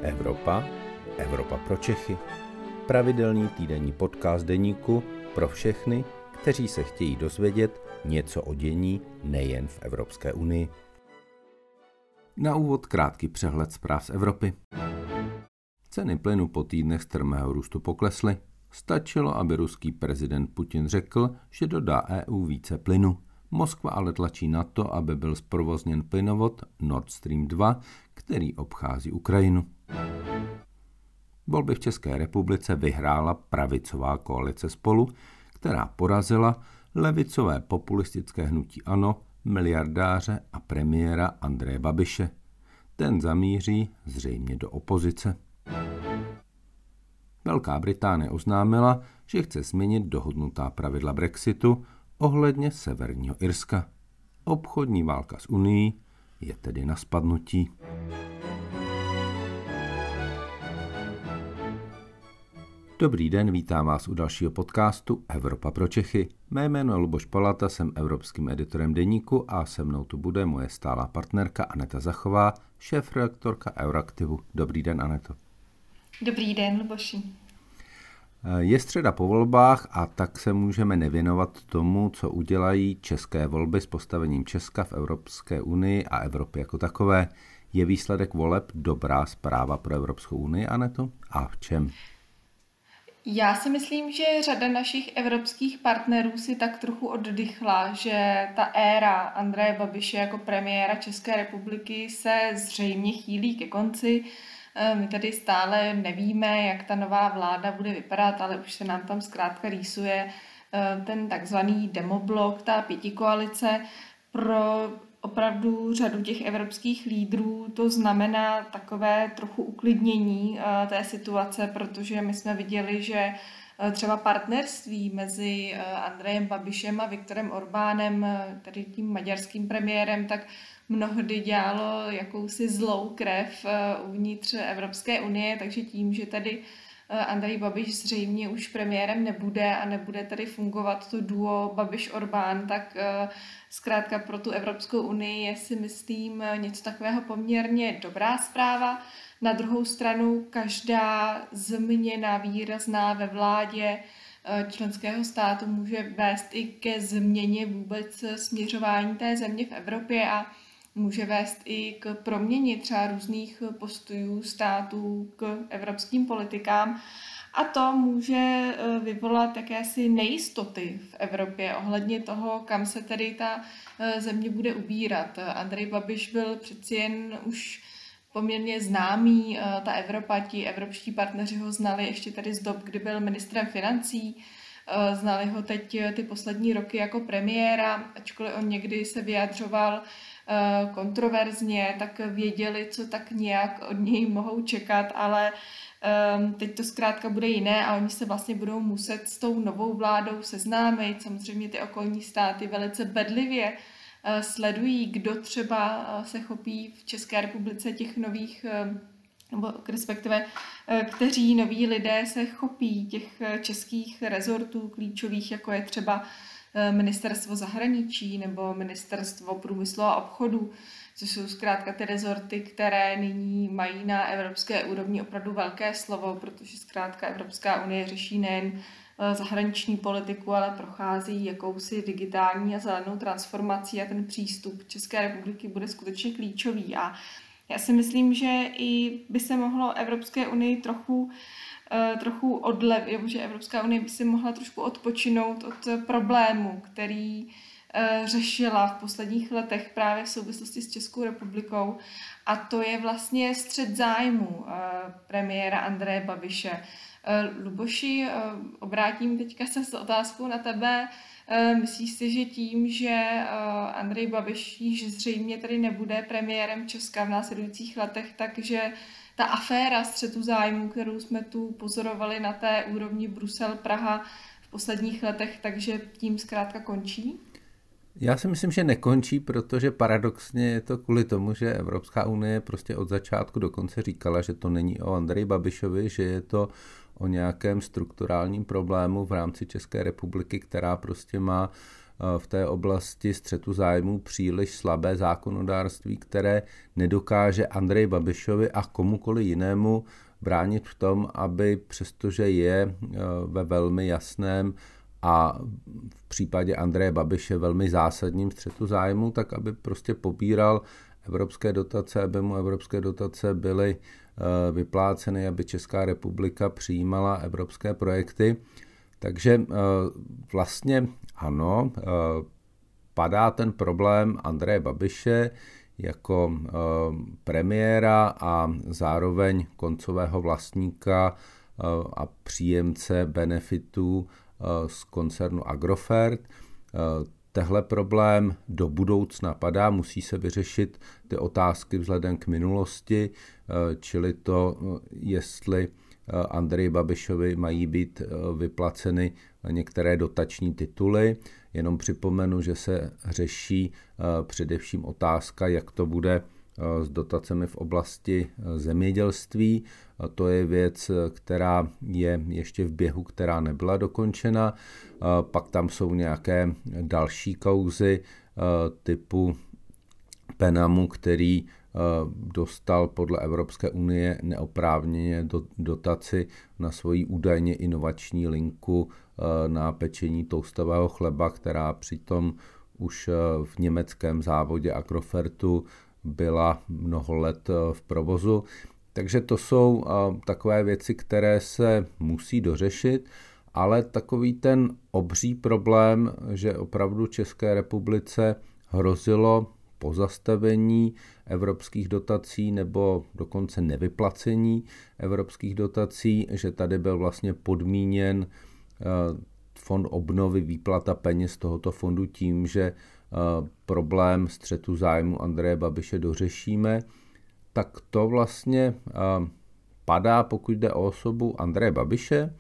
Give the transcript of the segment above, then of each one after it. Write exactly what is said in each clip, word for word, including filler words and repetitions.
Evropa, Evropa pro Čechy. Pravidelný týdenní podcast deníku pro všechny, kteří se chtějí dozvědět něco o dění nejen v Evropské unii. Na úvod krátký přehled zpráv z Evropy. Ceny plynu po týdnech strmého růstu poklesly. Stačilo, aby ruský prezident Putin řekl, že dodá E U více plynu. Moskva ale tlačí na to, aby byl zprovozněn plynovod Nord Stream dva, který obchází Ukrajinu. Volby v České republice vyhrála pravicová koalice Spolu, která porazila levicové populistické hnutí ANO, miliardáře a premiéra Andreje Babiše. Ten zamíří zřejmě do opozice. Velká Británie oznámila, že chce změnit dohodnutá pravidla Brexitu ohledně Severního Irska. Obchodní válka s Unií je tedy na spadnutí. Dobrý den, vítám vás u dalšího podcastu Evropa pro Čechy. Mé jméno je Luboš Palata, jsem evropským editorem deníku a se mnou tu bude moje stálá partnerka Aneta Zachová, šéfredaktorka Euraktivu. Dobrý den, Aneto. Dobrý den, Luboši. Je středa po volbách a tak se můžeme nevěnovat tomu, co udělají české volby s postavením Česka v Evropské unii a Evropě jako takové. Je výsledek voleb dobrá zpráva pro Evropskou unii, Aneto? A v čem? Já si myslím, že řada našich evropských partnerů si tak trochu oddychla, že ta éra Andreje Babiše jako premiéra České republiky se zřejmě chýlí ke konci. My tady stále nevíme, jak ta nová vláda bude vypadat, ale už se nám tam zkrátka rýsuje ten takzvaný demoblok, ta pětikoalice. Pro opravdu řadu těch evropských lídrů to znamená takové trochu uklidnění té situace, protože my jsme viděli, že třeba partnerství mezi Andrejem Babišem a Viktorem Orbánem, tedy tím maďarským premiérem, tak mnohdy dělalo jakousi zlou krev uvnitř Evropské unie, takže tím, že tady Andrej Babiš zřejmě už premiérem nebude a nebude tady fungovat to duo Babiš-Orbán, tak zkrátka pro tu Evropskou unii je, si myslím, něco takového poměrně dobrá zpráva. Na druhou stranu každá změna výrazná ve vládě členského státu může vést i ke změně vůbec směřování té země v Evropě a může vést i k proměně třeba různých postojů států k evropským politikám a to může vyvolat jakési nejistoty v Evropě ohledně toho, kam se tedy ta země bude ubírat. Andrej Babiš byl přeci jen už poměrně známý, ta Evropa, ti evropští partneři ho znali ještě tady z dob, kdy byl ministrem financí, znali ho teď ty poslední roky jako premiéra, ačkoliv on někdy se vyjadřoval kontroverzně, tak věděli, co tak nějak od něj mohou čekat, ale um, teď to zkrátka bude jiné a oni se vlastně budou muset s tou novou vládou seznámit. Samozřejmě ty okolní státy velice bedlivě uh, sledují, kdo třeba uh, se chopí v České republice těch nových, uh, nebo respektive uh, kteří noví lidé se chopí těch českých rezortů klíčových, jako je třeba Ministerstvo zahraničí nebo Ministerstvo průmyslu a obchodu, což jsou zkrátka ty rezorty, které nyní mají na evropské úrovni opravdu velké slovo, protože zkrátka Evropská unie řeší nejen zahraniční politiku, ale prochází jakousi digitální a zelenou transformací a ten přístup České republiky bude skutečně klíčový. A já si myslím, že i by se mohlo Evropské unii trochu trochu odlev, že Evropská unie by si mohla trošku odpočinout od problému, který řešila v posledních letech právě v souvislosti s Českou republikou, a to je vlastně střet zájmu premiéra Andreje Babiše. Luboši, obrátím teďka se s otázkou na tebe. Myslíš si, že tím, že Andrej Babiš již zřejmě tady nebude premiérem Česka v následujících letech, takže ta aféra střetu zájmu, kterou jsme tu pozorovali na té úrovni Brusel-Praha v posledních letech, takže tím zkrátka končí? Já si myslím, že nekončí, protože paradoxně je to kvůli tomu, že Evropská unie prostě od začátku do konce říkala, že to není o Andreji Babišovi, že je to o nějakém strukturálním problému v rámci České republiky, která prostě má v té oblasti střetu zájmů příliš slabé zákonodárství, které nedokáže Andreji Babišovi a komukoli jinému bránit v tom, aby přestože je ve velmi jasném a v případě Andreje Babiše velmi zásadním střetu zájmu, tak aby prostě pobíral evropské dotace, aby mu evropské dotace byly vypláceny, aby Česká republika přijímala evropské projekty. Takže vlastně ano, padá ten problém Andreje Babiše jako premiéra a zároveň koncového vlastníka a příjemce benefitů z koncernu Agrofert. Tehle problém do budoucna padá, musí se vyřešit ty otázky vzhledem k minulosti, čili to, jestli Andreji Babišovi mají být vyplaceny některé dotační tituly. Jenom připomenu, že se řeší především otázka, jak to bude s dotacemi v oblasti zemědělství. To je věc, která je ještě v běhu, která nebyla dokončena. Pak tam jsou nějaké další kauzy typu Penamu, který dostal podle Evropské unie neoprávněně dotaci na svoji údajně inovační linku na pečení toustového chleba, která přitom už v německém závodě Agrofertu byla mnoho let v provozu. Takže to jsou takové věci, které se musí dořešit, ale takový ten obří problém, že opravdu České republice hrozilo pozastavení evropských dotací nebo dokonce nevyplacení evropských dotací, že tady byl vlastně podmíněn fond obnovy, výplata peněz tohoto fondu tím, že problém střetu zájmu Andreje Babiše dořešíme, tak to vlastně padá, pokud jde o osobu Andreje Babiše.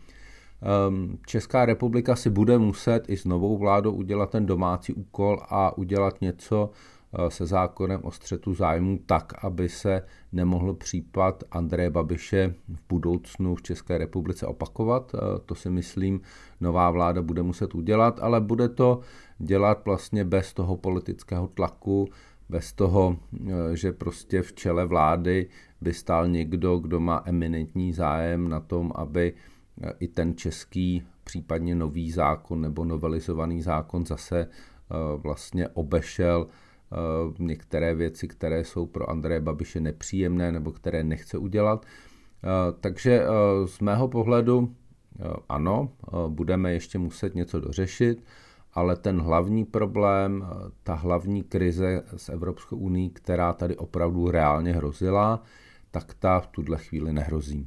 Česká republika si bude muset i s novou vládou udělat ten domácí úkol a udělat něco se zákonem o střetu zájmů tak, aby se nemohl případ Andreje Babiše v budoucnu v České republice opakovat. To si myslím, nová vláda bude muset udělat, ale bude to dělat vlastně bez toho politického tlaku, bez toho, že prostě v čele vlády by stál někdo, kdo má eminentní zájem na tom, aby i ten český, případně nový zákon nebo novelizovaný zákon zase vlastně obešel některé věci, které jsou pro Andreje Babiše nepříjemné nebo které nechce udělat. Takže z mého pohledu ano, budeme ještě muset něco dořešit, ale ten hlavní problém, ta hlavní krize s Evropskou unií, která tady opravdu reálně hrozila, tak ta v tuhle chvíli nehrozí.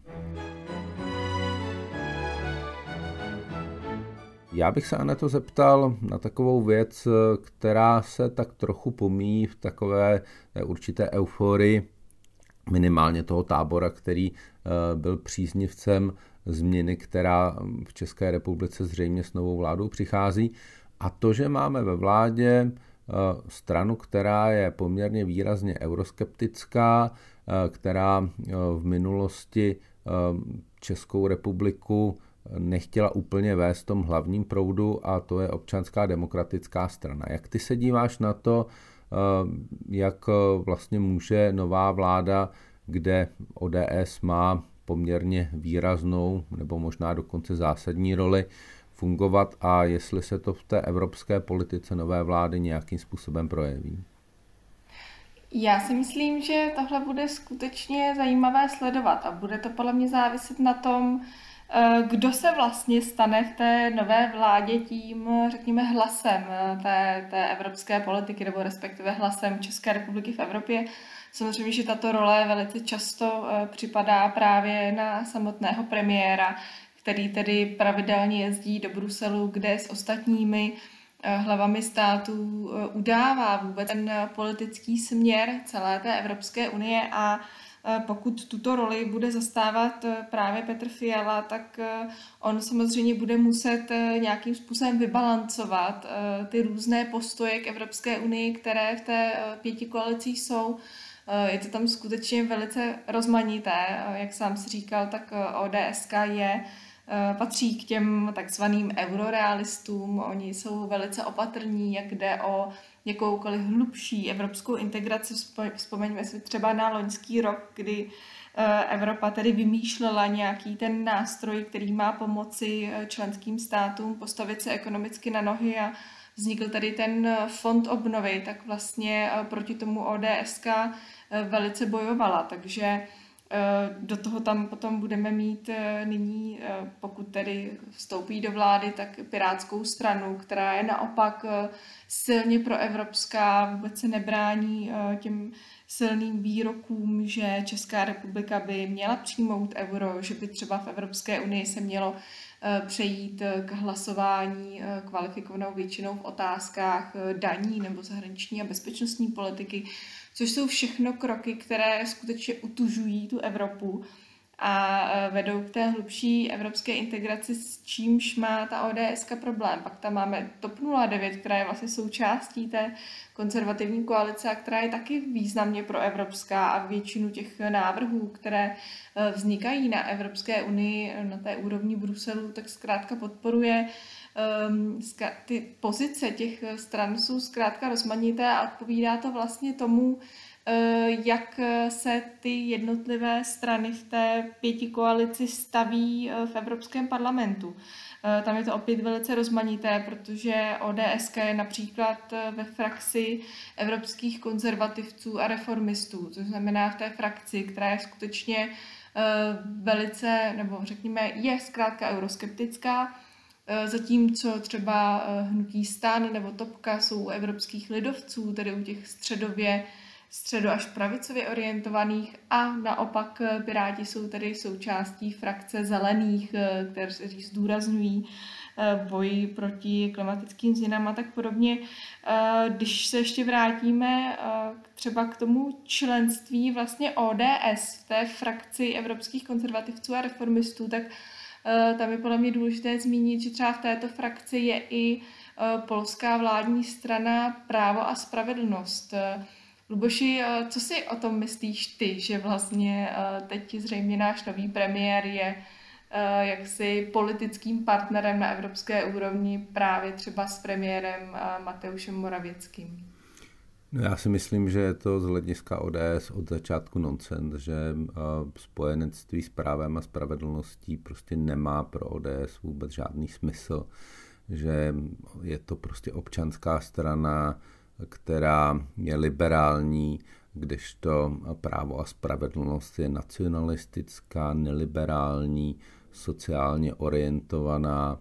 Já bych se, Aneto, zeptal na takovou věc, která se tak trochu pomíjí v takové určité euforii, minimálně toho tábora, který byl příznivcem změny, která v České republice zřejmě s novou vládou přichází. A to, že máme ve vládě stranu, která je poměrně výrazně euroskeptická, která v minulosti Českou republiku nechtěla úplně vést v tom hlavním proudu, a to je Občanská demokratická strana. Jak ty se díváš na to, jak vlastně může nová vláda, kde O D S má poměrně výraznou nebo možná dokonce zásadní roli, fungovat a jestli se to v té evropské politice nové vlády nějakým způsobem projeví? Já si myslím, že tohle bude skutečně zajímavé sledovat a bude to podle mě záviset na tom, kdo se vlastně stane v té nové vládě tím, řekněme, hlasem té, té evropské politiky, nebo respektive hlasem České republiky v Evropě. Samozřejmě, že tato role velice často připadá právě na samotného premiéra, který tedy pravidelně jezdí do Bruselu, kde s ostatními hlavami států udává vůbec ten politický směr celé té Evropské unie, a pokud tuto roli bude zastávat právě Petr Fiala, tak on samozřejmě bude muset nějakým způsobem vybalancovat ty různé postoje k Evropské unii, které v té pěti koalicích jsou. Je to tam skutečně velice rozmanité, jak sám si říkal, tak O D S je patří k těm takzvaným eurorealistům. Oni jsou velice opatrní, jak jde o jakoukoliv hlubší evropskou integraci. Vzpomeňme si třeba na loňský rok, kdy Evropa tedy vymýšlela nějaký ten nástroj, který má pomoci členským státům postavit se ekonomicky na nohy, a vznikl tady ten fond obnovy, tak vlastně proti tomu O D S ka velice bojovala, takže do toho tam potom budeme mít nyní, pokud tedy vstoupí do vlády, tak Pirátskou stranu, která je naopak silně proevropská, vůbec se nebrání těm silným výrokům, že Česká republika by měla přijmout euro, že by třeba v Evropské unii se mělo přejít k hlasování kvalifikovanou většinou v otázkách daní nebo zahraniční a bezpečnostní politiky, což jsou všechno kroky, které skutečně utužují tu Evropu a vedou k té hlubší evropské integraci, s čímž má ta O D S ka problém. Pak tam máme TOP nula devět, která je vlastně součástí té konzervativní koalice a která je taky významně proevropská, a většinu těch návrhů, které vznikají na Evropské unii na té úrovni Bruselu, tak zkrátka podporuje. Ty pozice těch stran jsou zkrátka rozmanité a odpovídá to vlastně tomu, jak se ty jednotlivé strany v té pětikoalici staví v Evropském parlamentu. Tam je to opět velice rozmanité, protože O D S ka je například ve frakci evropských konzervativců a reformistů, což znamená v té frakci, která je skutečně velice, nebo řekněme, je zkrátka euroskeptická, zatímco třeba hnutí STAN nebo Topka jsou u evropských lidovců, tedy u těch středově, středo až pravicově orientovaných, a naopak Piráti jsou tedy součástí frakce zelených, kteří zdůrazňují boj proti klimatickým změnám a tak podobně. Když se ještě vrátíme třeba k tomu členství vlastně O D S v té frakci evropských konzervativců a reformistů, tak tam je podle mě důležité zmínit, že třeba v této frakci je i polská vládní strana Právo a spravedlnost. Luboši, co si o tom myslíš ty, že vlastně teď zřejmě náš nový premiér je jaksi politickým partnerem na evropské úrovni právě třeba s premiérem Mateušem Morawieckim? No, já si myslím, že je to z hlediska O D S od začátku nonsens, že spojenectví s právem a spravedlností prostě nemá pro O D S vůbec žádný smysl, že je to prostě občanská strana, která je liberální, kdežto Právo a spravedlnost je nacionalistická, neliberální, sociálně orientovaná,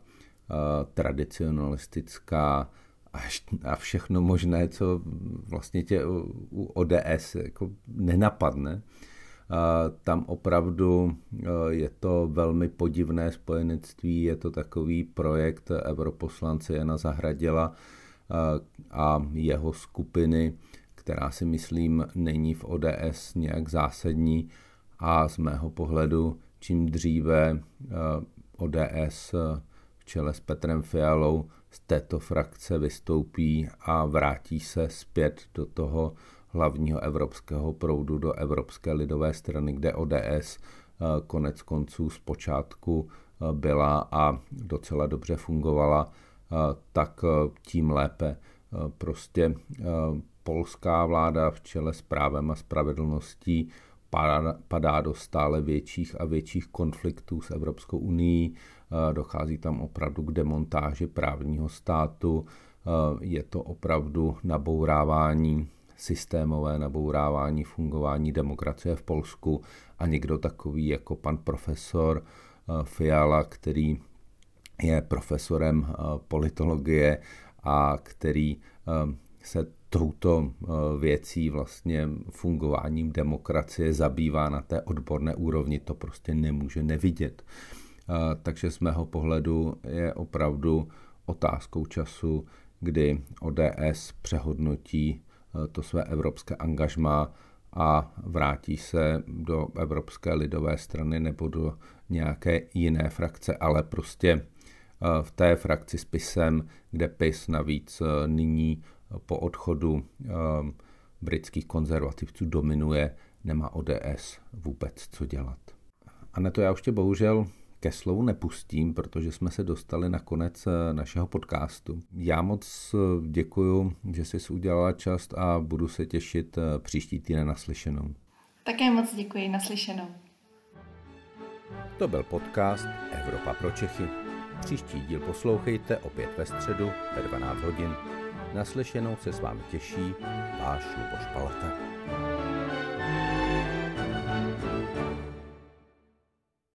tradicionalistická a všechno možné, co vlastně tě u O D S jako nenapadne. Tam opravdu je to velmi podivné spojenectví, je to takový projekt europoslance Jana Zahradila a jeho skupiny, která si myslím není v O D S nějak zásadní, a z mého pohledu čím dříve O D S v čele s Petrem Fialou z této frakce vystoupí a vrátí se zpět do toho hlavního evropského proudu, do Evropské lidové strany, kde O D S konec konců zpočátku byla a docela dobře fungovala, tak tím lépe. Prostě polská vláda v čele s Právem a spravedlností padá do stále větších a větších konfliktů s Evropskou unií, dochází tam opravdu k demontáži právního státu, je to opravdu nabourávání, systémové nabourávání fungování demokracie v Polsku, a někdo takový jako pan profesor Fiala, který je profesorem politologie a který se touto věcí, vlastně fungováním demokracie, zabývá na té odborné úrovni, to prostě nemůže nevidět. Takže z mého pohledu je opravdu otázkou času, kdy O D S přehodnotí to své evropské angažmá a vrátí se do Evropské lidové strany nebo do nějaké jiné frakce, ale prostě v té frakci s PiSem, kde PiS navíc nyní po odchodu britských konzervativců dominuje, nemá O D S vůbec co dělat. Aneto, já už tě bohužel ke slovu nepustím, protože jsme se dostali na konec našeho podcastu. Já moc děkuju, že jsi udělala čas a budu se těšit příští týden naslyšenou. Také moc děkuji, naslyšenou. To byl podcast Evropa pro Čechy. Příští díl poslouchejte opět ve středu ve dvanáct hodin. Naslyšenou se s vámi těší váš Luboš Palata.